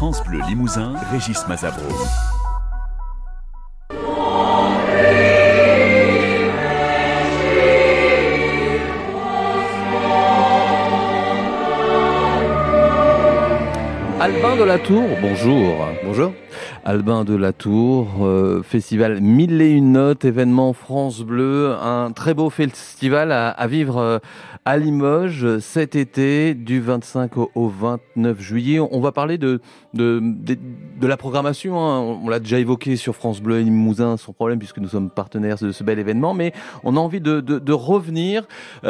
France Bleu Limousin, Régis Mazabro. Albin de la Tour, bonjour. Bonjour. Albin de la Tour, festival 1001 notes, événement France Bleu, un très beau festival à vivre à Limoges cet été du 25 au 29 juillet. On va parler de la programmation, hein. On l'a déjà évoqué sur France Bleu Limousin sans problème puisque nous sommes partenaires de ce bel événement, mais on a envie de revenir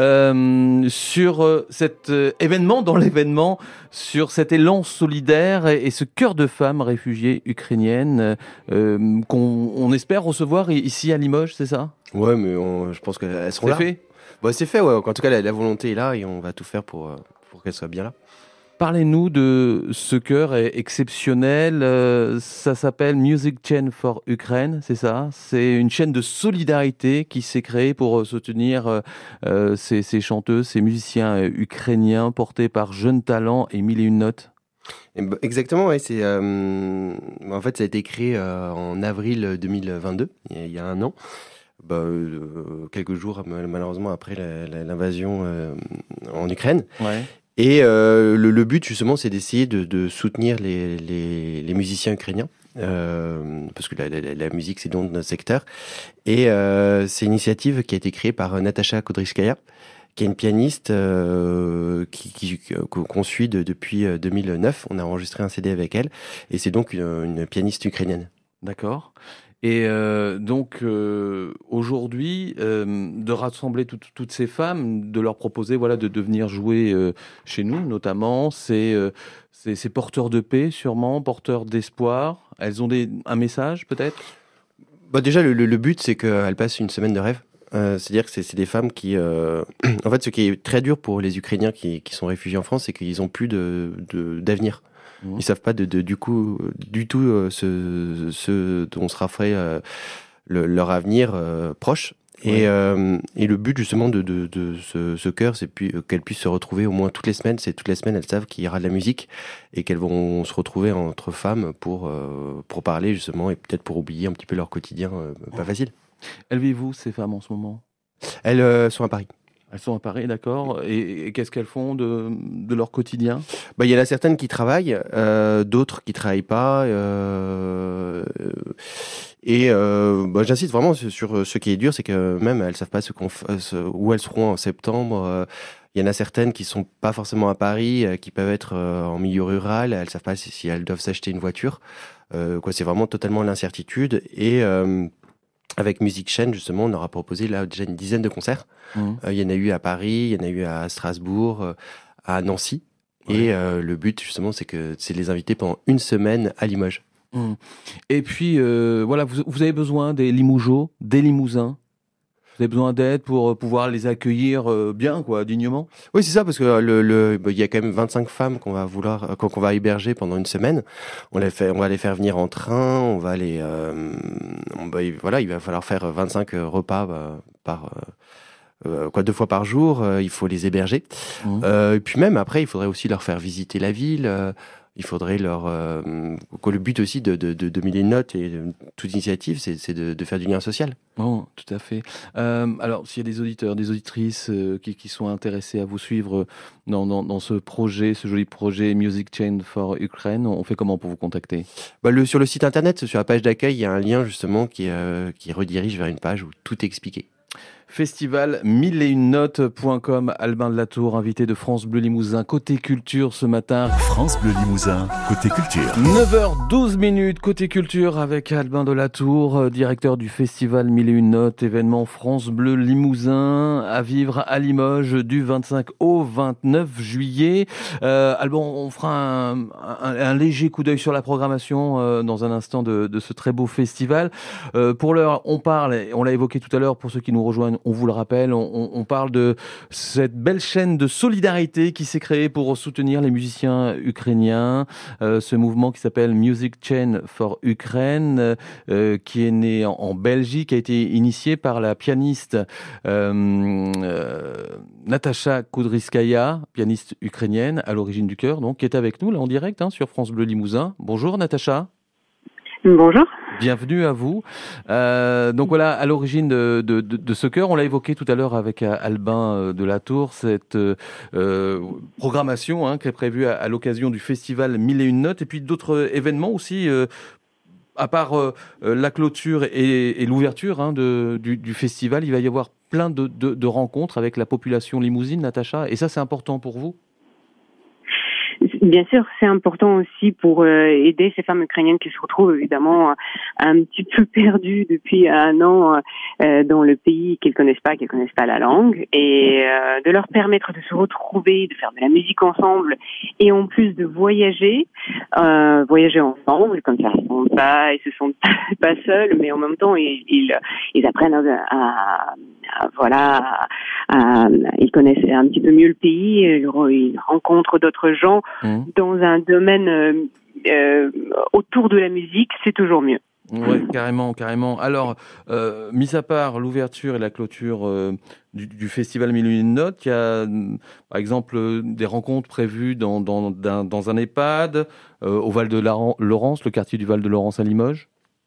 sur cet événement dans l'événement, sur cet élan solidaire et ce cœur de femmes réfugiées ukrainiennes qu'on espère recevoir ici à Limoges, c'est ça ? Ouais, mais je pense qu'elles seront là. C'est fait ? Bah, c'est fait, ouais. En tout cas, la volonté est là et on va tout faire pour qu'elles soient bien là. Parlez-nous de ce chœur exceptionnel. Ça s'appelle Music Chain for Ukraine, c'est ça ? C'est une chaîne de solidarité qui s'est créée pour soutenir ces chanteuses, ces musiciens ukrainiens portés par Jeunes Talents et 1001 notes. Exactement, ouais. En fait, ça a été créé en avril 2022, il y a un an. Quelques jours malheureusement après l'invasion en Ukraine. Ouais. Et le but justement, c'est d'essayer de soutenir les musiciens ukrainiens. Parce que la musique, c'est donc notre secteur. Et c'est une initiative qui a été créée par Natasha Kodryskaya, qui est une pianiste qu'on suit depuis 2009. On a enregistré un CD avec elle, et c'est donc une pianiste ukrainienne. D'accord. Et donc aujourd'hui, de rassembler toutes ces femmes, de leur proposer de venir jouer chez nous, notamment, c'est porteurs de paix, sûrement, porteurs d'espoir. Elles ont un message, peut-être ? Déjà, le but, c'est qu'elles passent une semaine de rêve. C'est-à-dire que c'est des femmes qui... En fait, ce qui est très dur pour les Ukrainiens qui sont réfugiés en France, c'est qu'ils n'ont plus d'avenir. Ils ne savent pas du tout ce dont sera fait leur avenir proche. Ouais. Et le but justement de ce chœur, c'est qu'elles puissent se retrouver au moins toutes les semaines. C'est toutes les semaines, elles savent qu'il y aura de la musique et qu'elles vont se retrouver entre femmes pour parler justement et peut-être pour oublier un petit peu leur quotidien pas facile. Elles vivent où, ces femmes, en ce moment ? Elles sont à Paris. Elles sont à Paris, d'accord. Et qu'est-ce qu'elles font de leur quotidien ? Il y en a certaines qui travaillent, d'autres qui travaillent pas. J'insiste vraiment sur ce qui est dur, c'est que même elles savent pas où elles seront en septembre. Il y en a certaines qui sont pas forcément à Paris, qui peuvent être en milieu rural. Elles savent pas si elles doivent s'acheter une voiture. C'est vraiment totalement l'incertitude. Et avec Music Chain, justement, on aura proposé là déjà une dizaine de concerts. Il y en a eu à Paris, il y en a eu à Strasbourg, à Nancy. Ouais. Et le but, justement, c'est de les inviter pendant une semaine à Limoges. Et puis, vous avez besoin des Limougeaux, des Limousins. Vous avez besoin d'aide pour pouvoir les accueillir bien, dignement ? Oui, c'est ça, parce que il y a quand même 25 femmes qu'on va héberger pendant une semaine. On va les faire venir en train, il va falloir faire 25 repas par 2 fois par jour. Il faut les héberger. Et puis même après, il faudrait aussi leur faire visiter la ville. Il faudrait le but aussi de 1001 notes et de toute initiative, c'est de faire du lien social. Oh, tout à fait. Alors, s'il y a des auditeurs, des auditrices qui sont intéressés à vous suivre dans ce projet, ce joli projet Music Chain for Ukraine, on fait comment pour vous contacter ? Sur le site internet, sur la page d'accueil, il y a un lien justement qui redirige vers une page où tout est expliqué. Festival 1001notes.com. Albin de la Tour, invité de France Bleu Limousin. Côté culture ce matin. France Bleu Limousin, côté culture. 9h12, côté culture avec Albin de la Tour, directeur du Festival 1001 notes, événement France Bleu Limousin à vivre à Limoges du 25 au 29 juillet. Albin, on fera un léger coup d'œil sur la programmation dans un instant de ce très beau festival. Pour l'heure, on parle, on l'a évoqué tout à l'heure, pour ceux qui nous rejoignent, on vous le rappelle, on parle de cette belle chaîne de solidarité qui s'est créée pour soutenir les musiciens ukrainiens. Ce mouvement qui s'appelle Music Chain for Ukraine, qui est né en Belgique, a été initié par la pianiste Natasha Kudryskaya, pianiste ukrainienne à l'origine du chœur, donc qui est avec nous là en direct sur France Bleu Limousin. Bonjour Natasha. Bonjour. Bienvenue à vous. Donc voilà, à l'origine de ce chœur, on l'a évoqué tout à l'heure avec Albin de la Tour, cette programmation qui est prévue à l'occasion du festival 1001 Notes et puis d'autres événements aussi, à part la clôture et l'ouverture du festival, il va y avoir plein de rencontres avec la population limousine, Natacha, et ça c'est important pour vous? Bien sûr, c'est important aussi pour aider ces femmes ukrainiennes qui se retrouvent évidemment un petit peu perdues depuis un an dans le pays qu'elles connaissent pas la langue, et de leur permettre de se retrouver, de faire de la musique ensemble, et en plus de voyager ensemble, comme ça ils se sentent pas seuls, mais en même temps ils apprennent ils connaissent un petit peu mieux le pays, ils rencontrent d'autres gens dans un domaine autour de la musique, c'est toujours mieux. Oui, carrément. Alors, mis à part l'ouverture et la clôture du festival 1001 Notes, il y a par exemple des rencontres prévues dans un EHPAD au Val de Laurence, le quartier du Val de Laurence à Limoges.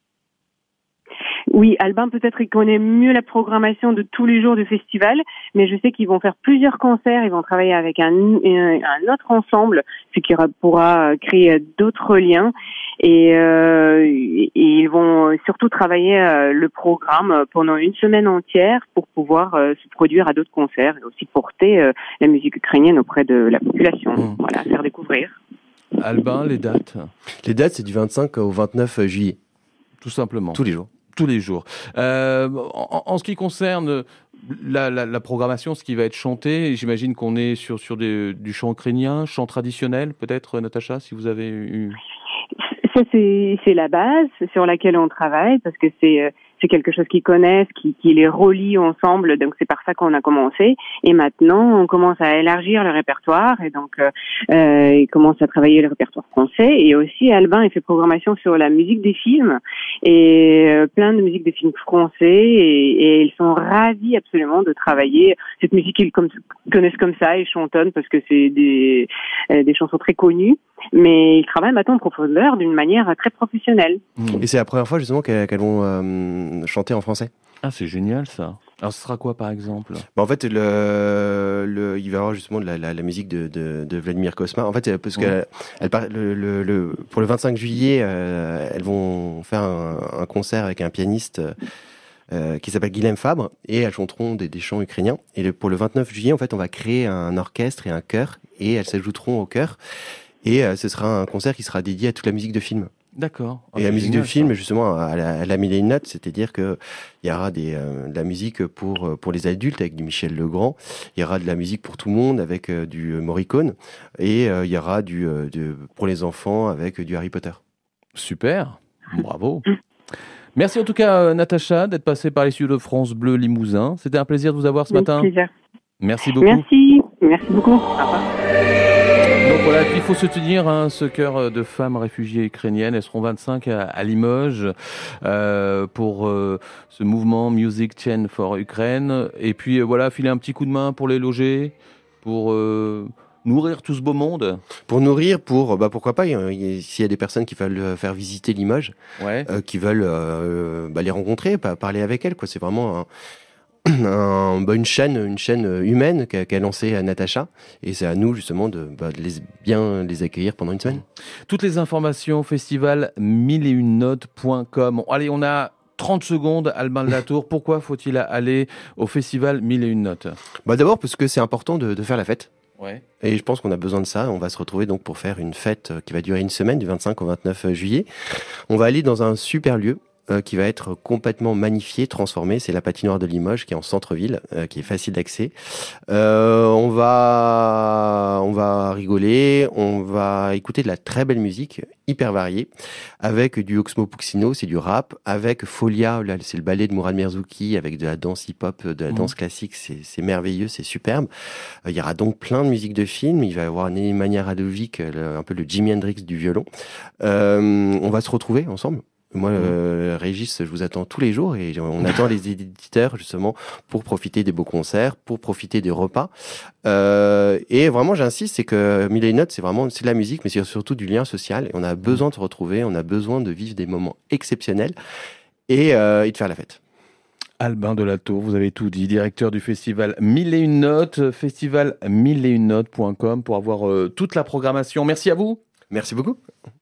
Oui, Albin peut-être il connaît mieux la programmation de tous les jours du festival, mais je sais qu'ils vont faire plusieurs concerts, ils vont travailler avec un autre ensemble, ce qui pourra créer d'autres liens, et ils vont surtout travailler le programme pendant une semaine entière pour pouvoir se produire à d'autres concerts et aussi porter la musique ukrainienne auprès de la population, faire découvrir. Albin, les dates? Les dates, c'est du 25 au 29 juillet. Tout simplement. Tous les jours. Tous les jours. En ce qui concerne la programmation, ce qui va être chanté, j'imagine qu'on est sur du chant ukrainien, chant traditionnel, peut-être, Natacha, si vous avez eu... Ça, c'est la base sur laquelle on travaille, parce que c'est quelque chose qu'ils connaissent, qui les relie ensemble, donc c'est par ça qu'on a commencé. Et maintenant, on commence à élargir le répertoire, et donc ils commencent à travailler le répertoire français. Et aussi, Albin, il fait programmation sur la musique des films, et plein de musique des films français, et ils sont ravis absolument de travailler cette musique qu'ils connaissent comme ça, et chantonnent, parce que c'est des chansons très connues. Mais ils travaillent maintenant en profondeur d'une manière très professionnelle. Et c'est la première fois justement qu'elles vont chanter en français. Ah, c'est génial ça. Alors ce sera quoi par exemple? En fait, il va y avoir justement de la musique de Vladimir Cosma. En fait, parce que pour le 25 juillet, elles vont faire un concert avec un pianiste qui s'appelle Guilhem Fabre, et elles chanteront des chants ukrainiens. Et pour le 29 juillet, en fait, on va créer un orchestre et un chœur, et elles s'ajouteront au chœur. Et ce sera un concert qui sera dédié à toute la musique de film. D'accord. Et la musique de film, justement, à la 1001 Notes, c'est-à-dire qu'il y aura de la musique pour les adultes avec du Michel Legrand, il y aura de la musique pour tout le monde avec du Morricone, et il y aura pour les enfants avec du Harry Potter. Super, bravo. Merci en tout cas, Natacha, d'être passée par les studios de France Bleu Limousin. C'était un plaisir de vous avoir ce matin. Plaisir. Merci beaucoup. Merci beaucoup. Au revoir. Donc voilà, il faut se tenir ce chœur de femmes réfugiées ukrainiennes. Elles seront 25 à Limoges pour ce mouvement Music Chain for Ukraine. Et puis voilà, filer un petit coup de main pour les loger, pour nourrir tout ce beau monde. Pour nourrir, pourquoi pas, s'il y a des personnes qui veulent faire visiter Limoges, qui veulent les rencontrer, parler avec elles, quoi. C'est vraiment une chaîne humaine qu'a lancée Natacha, et c'est à nous justement de bien les accueillir pendant une semaine. Toutes les informations festival 1001notes.com. Allez, on a 30 secondes, Albin de la Tour. Pourquoi faut-il aller au festival 1001 Notes? D'abord parce que c'est important de faire la fête. Ouais. Et je pense qu'on a besoin de ça. On va se retrouver donc pour faire une fête qui va durer une semaine, du 25 au 29 juillet. On va aller dans un super lieu. qui va être complètement magnifié, transformé. C'est la patinoire de Limoges qui est en centre-ville, qui est facile d'accès. On va rigoler, on va écouter de la très belle musique, hyper variée, avec du Oxmo Puccino, c'est du rap, avec Folia, là, c'est le ballet de Mourad Merzouki, avec de la danse hip-hop, de la danse classique, c'est merveilleux, c'est superbe. Il y aura donc plein de musique de film, il va y avoir Nemanja Radovic, un peu le Jimi Hendrix du violon. On va se retrouver ensemble. Moi, Régis, je vous attends tous les jours et on attend les éditeurs justement pour profiter des beaux concerts, pour profiter des repas. Et vraiment, j'insiste, c'est que 1001 notes, c'est de la musique, mais c'est surtout du lien social. Et on a besoin de se retrouver, on a besoin de vivre des moments exceptionnels et de faire la fête. Albin Delatour, vous avez tout dit, directeur du festival 1001 notes, festival 1001notes.com pour avoir toute la programmation. Merci à vous. Merci beaucoup.